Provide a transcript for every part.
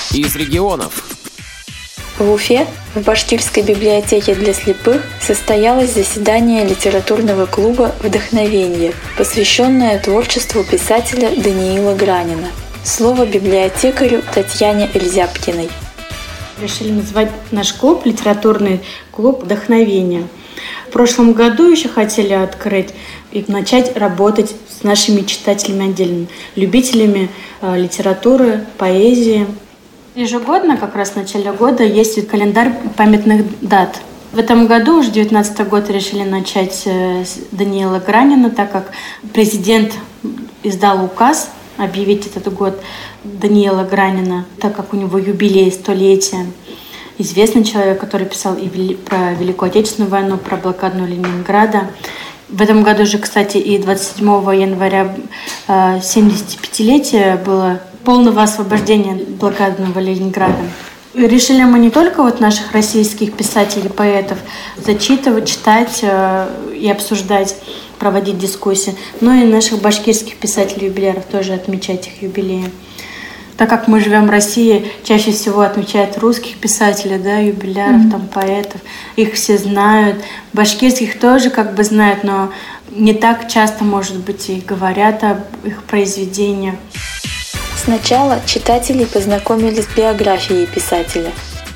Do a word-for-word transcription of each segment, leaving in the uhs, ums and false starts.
из регионов. В Уфе в Башкирской библиотеке для слепых состоялось заседание литературного клуба «Вдохновение», посвященное творчеству писателя Даниила Гранина. Слово библиотекарю Татьяне Эльзяпкиной. Решили назвать наш клуб литературный клуб «Вдохновение». В прошлом году еще хотели открыть и начать работать с нашими читателями отдельно, любителями э, литературы, поэзии. Ежегодно, как раз в начале года, есть календарь памятных дат. В этом году, уже девятнадцатый год, решили начать с Даниила Гранина, так как президент издал указ объявить этот год Даниила Гранина, так как у него юбилей столетия. Известный человек, который писал и про Великую Отечественную войну, про блокаду Ленинграда. В этом году же, кстати, и двадцать седьмого января семидесятипятилетие было полного освобождения блокадного Ленинграда. И решили мы не только вот наших российских писателей, поэтов зачитывать, читать э, и обсуждать, проводить дискуссии, но и наших башкирских писателей-юбиляров тоже отмечать их юбилеи. Так как мы живем в России, чаще всего отмечают русских писателей, да, юбиляров, mm-hmm. там, поэтов. Их все знают. Башкирских тоже как бы знают, но не так часто, может быть, и говорят об их произведениях. Сначала читатели познакомились с биографией писателя.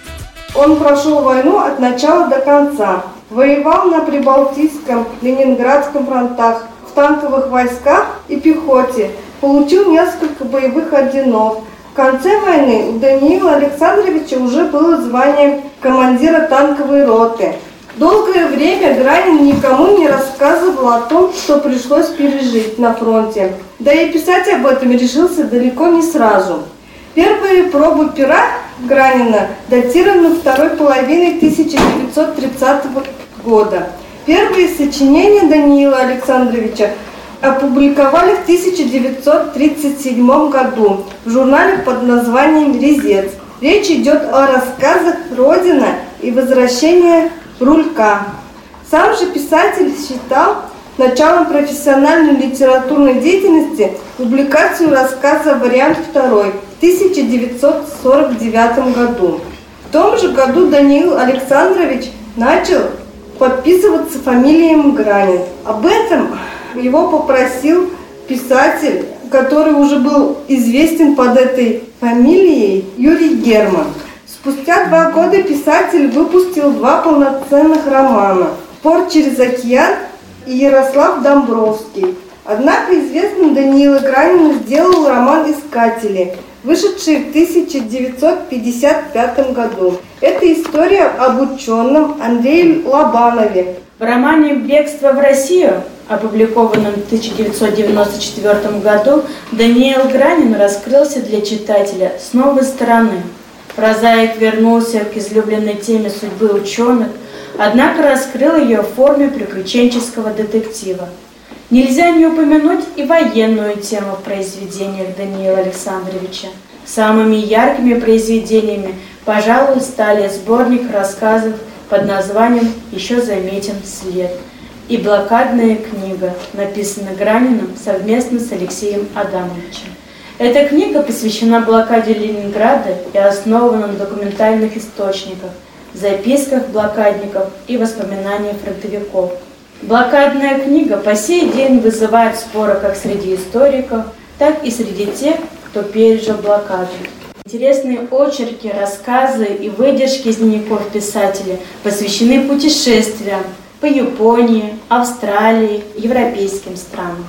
Он прошел войну от начала до конца. Воевал на Прибалтийском, Ленинградском фронтах, в танковых войсках и пехоте. Получил несколько боевых орденов. В конце войны у Даниила Александровича уже было звание командира танковой роты. Долгое время Гранин никому не рассказывал о том, что пришлось пережить на фронте. Да и писать об этом решился далеко не сразу. Первые пробы пера Гранина датированы второй половиной тысяча девятьсот тридцатого года. Первые сочинения Даниила Александровича опубликовали в тысяча девятьсот тридцать седьмом году в журнале под названием «Резец». Речь идет о рассказах «Родина» и «Возвращение Рулька». Сам же писатель считал началом профессиональной литературной деятельности публикацию рассказа «Вариант второй» в тысяча девятьсот сорок девятом году. В том же году Даниил Александрович начал подписываться фамилией Гранин. Об этом его попросил писатель, который уже был известен под этой фамилией, Юрий Герман. Спустя два года писатель выпустил два полноценных романа «Порт через океан» и «Ярослав Домбровский». Однако известным Даниила Гранина сделал роман «Искатели», вышедший в тысяча девятьсот пятьдесят пятом году. Это история об ученом Андрее Лобанове. В романе «Бегство в Россию», опубликованном в тысяча девятьсот девяносто четвёртом году, Даниил Гранин раскрылся для читателя с новой стороны. Прозаик вернулся к излюбленной теме судьбы ученых, однако раскрыл ее в форме приключенческого детектива. Нельзя не упомянуть и военную тему в произведениях Даниила Александровича. Самыми яркими произведениями, пожалуй, стали сборник рассказов под названием «Еще заметен след» и «Блокадная книга», написанная Граниным совместно с Алексеем Адамовичем. Эта книга посвящена блокаде Ленинграда и основана на документальных источниках, записках блокадников и воспоминаниях фронтовиков. Блокадная книга по сей день вызывает споры как среди историков, так и среди тех, кто пережил блокаду. Интересные очерки, рассказы и выдержки из дневников писателя посвящены путешествиям по Японии, Австралии, европейским странам.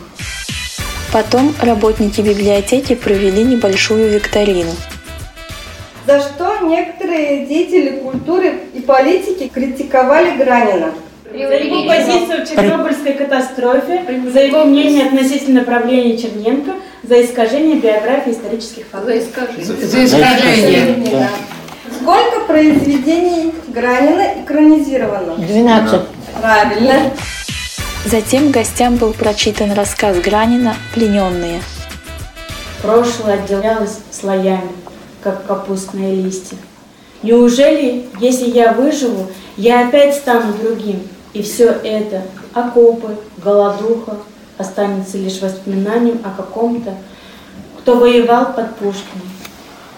Потом работники библиотеки провели небольшую викторину. За что некоторые деятели культуры и политики критиковали Гранина. За его позицию в Чернобыльской катастрофе, за его мнение относительно правления Черненко, за искажение биографии исторических фактов. За искажение. За искажение. Да. Сколько произведений Гранина экранизировано? двенадцать. Правильно. Затем гостям был прочитан рассказ Гранина «Плененные». Прошлое отделялось слоями, как капустные листья. Неужели, если я выживу, я опять стану другим, и все это, окопы, голодуха, останется лишь воспоминанием о каком-то, кто воевал под Пушкиным?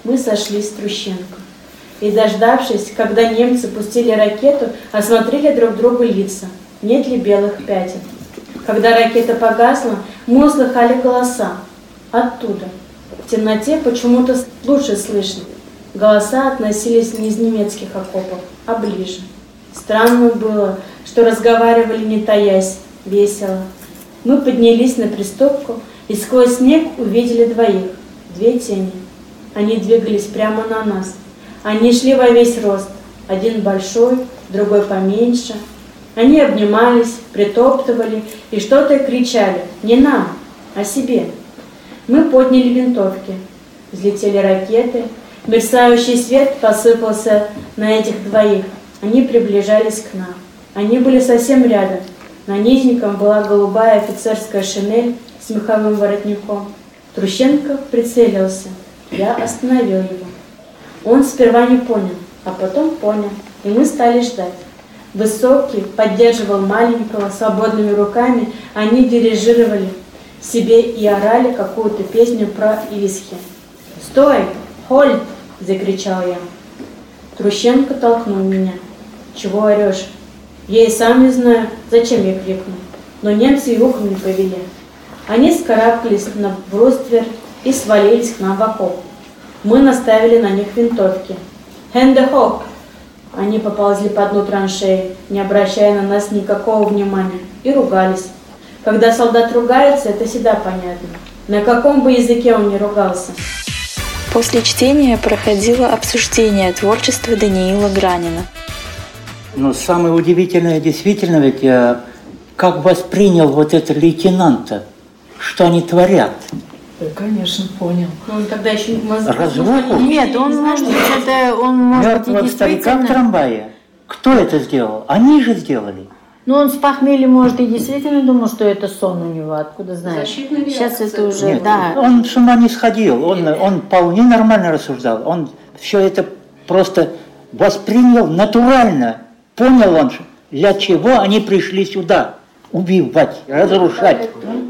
мы сошлись с Трущенко. И, дождавшись, когда немцы пустили ракету, осмотрели друг другу лица, нет ли белых пятен. Когда ракета погасла, мы услыхали голоса. Оттуда. В темноте почему-то лучше слышно. Голоса относились не из немецких окопов, а ближе. Странно было, что разговаривали не таясь, весело. Мы поднялись на приступку и сквозь снег увидели двоих, две тени. Они двигались прямо на нас. Они шли во весь рост, один большой, другой поменьше. Они обнимались, притоптывали и что-то кричали, не нам, а себе. Мы подняли винтовки, взлетели ракеты, мерцающий свет посыпался на этих двоих. Они приближались к нам. Они были совсем рядом. На нижнем была голубая офицерская шинель с меховым воротником. Трущенко прицелился. Я остановил его. Он сперва не понял, а потом понял, и мы стали ждать. Высокий поддерживал маленького свободными руками, они дирижировали себе и орали какую-то песню про Исхи. «Стой! Хольд!» – закричал я. Трущенко толкнул меня. «Чего орешь?» Я и сам не знаю, зачем я крикнул, но немцы и ухом не повели. Они скарабкались на бруствер и свалились к нам в окоп. Мы наставили на них винтовки. «Хэнде хок!» Они поползли по дну траншеи, не обращая на нас никакого внимания, и ругались. Когда солдат ругается, это всегда понятно. На каком бы языке он ни ругался. После чтения проходило обсуждение творчества Даниила Гранина. Но самое удивительное, действительно, ведь я как воспринял вот это лейтенанта, что они творят. Да, конечно, понял. Но он тогда еще не мозг. Разруху. Нет, он может быть, это он может быть Мертвого старика в действительно. трамвае. Кто это сделал? Они же сделали. Ну, он с похмелья, может, и действительно думал, что это сон у него, откуда знаешь. Сейчас это уже, Нет, да. он с ума не сходил, он, он вполне нормально рассуждал. Он все это просто воспринял натурально. Понял он, для чего они пришли сюда. Убивать, разрушать.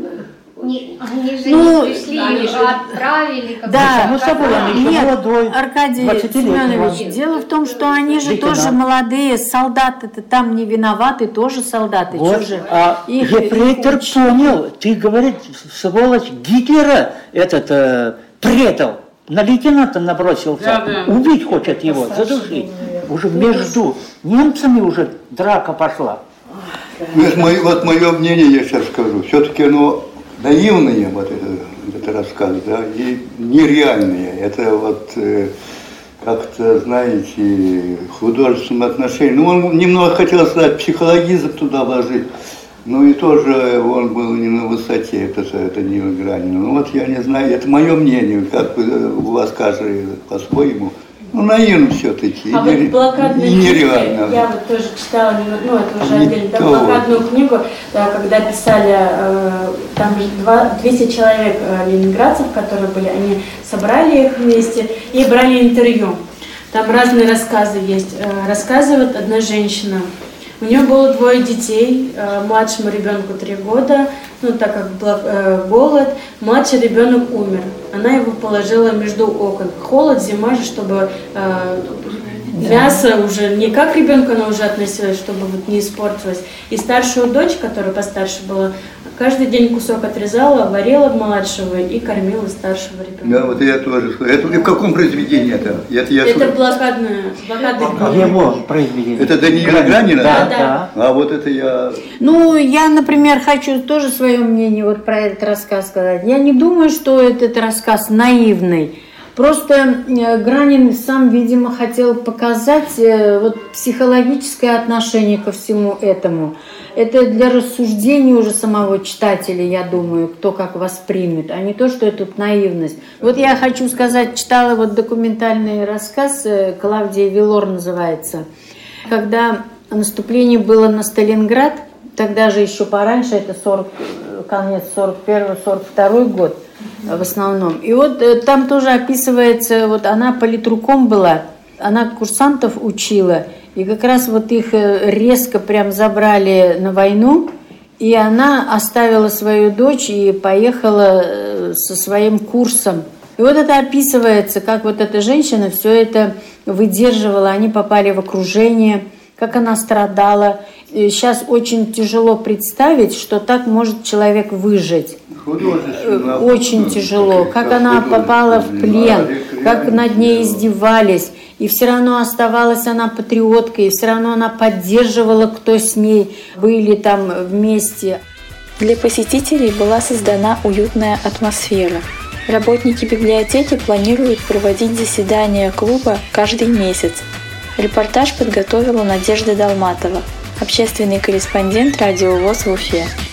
Не, они же Ну, не пришли, их же отправили. Как Да, само собой, он еще нет, молодой, Аркадий двадцатилетний. Семенович, дело в том, что они же Лейтенант. тоже молодые, солдаты-то там не виноваты, тоже солдаты. Вот, чё же а их- ефрейтор их уч- понял, ты, говорит, сволочь, Гитлера этот э, предал, на лейтенанта набросился, Да, да. убить хочет его, задушить. Уже между немцами уже драка пошла. Ну, это мое, вот мое мнение я сейчас скажу. Все-таки оно наивные, вот это, это рассказ, да, и нереальные. Это вот э, как-то, знаете, художественное отношение. Ну, он немного хотел сказать, психологизм туда вложить. Ну и тоже он был не на высоте, это, это не Гранин. Ну вот я не знаю, это мое мнение, как у вас каждый по-своему. Ну, наивно все-таки. А вот блокадные и книги, нереально. я вот тоже читала, ну это уже Не отдельно, да, то. блокадную книгу, да, когда писали, э, там же два- двести человек э, ленинградцев, которые были, они собрали их вместе и брали интервью. Там разные рассказы есть. Э, рассказывает одна женщина. У нее было двое детей, э, младшему ребенку три года, ну так как был э, голод, младший ребенок умер. Она его положила между окон. Холод, зима же, чтобы э, мясо уже не как к ребенку она уже относилась, чтобы вот не испортилось. И старшую дочь, которая постарше была, каждый день кусок отрезала, варила младшего и кормила старшего ребенка. Да, вот я тоже скажу. Это в каком произведении это? Это, я Это слышал. блокадная, блокадная книга. Его произведение. Это Даниила Гранина? Да, Да, да. А вот это я... Ну, я, например, хочу тоже свое мнение вот про этот рассказ сказать. Я не думаю, что этот рассказ наивный. Просто э, Гранин сам, видимо, хотел показать э, вот психологическое отношение ко всему этому. Это для рассуждения уже самого читателя, я думаю, кто как воспримет, а не то, что это тут наивность. Вот я хочу сказать, читала вот документальный рассказ, э, Клавдия Вилор называется, когда наступление было на Сталинград, тогда же еще пораньше, это сорок, конец сорок первый сорок второй год в основном. И вот э, там тоже описывается, вот она политруком была, она курсантов учила, и как раз вот их э, резко прям забрали на войну, и она оставила свою дочь и поехала э, со своим курсом И вот это описывается, как вот эта женщина все это выдерживала, они попали в окружение, как она страдала. И сейчас очень тяжело представить, что так может человек выжить. Очень тяжело. Как она попала в плен, как над ней издевались. И все равно оставалась она патриоткой, и все равно она поддерживала, кто с ней были там вместе. Для посетителей была создана уютная атмосфера. Работники библиотеки планируют проводить заседания клуба каждый месяц. Репортаж подготовила Надежда Долматова, общественный корреспондент Радио ВОС в Уфе.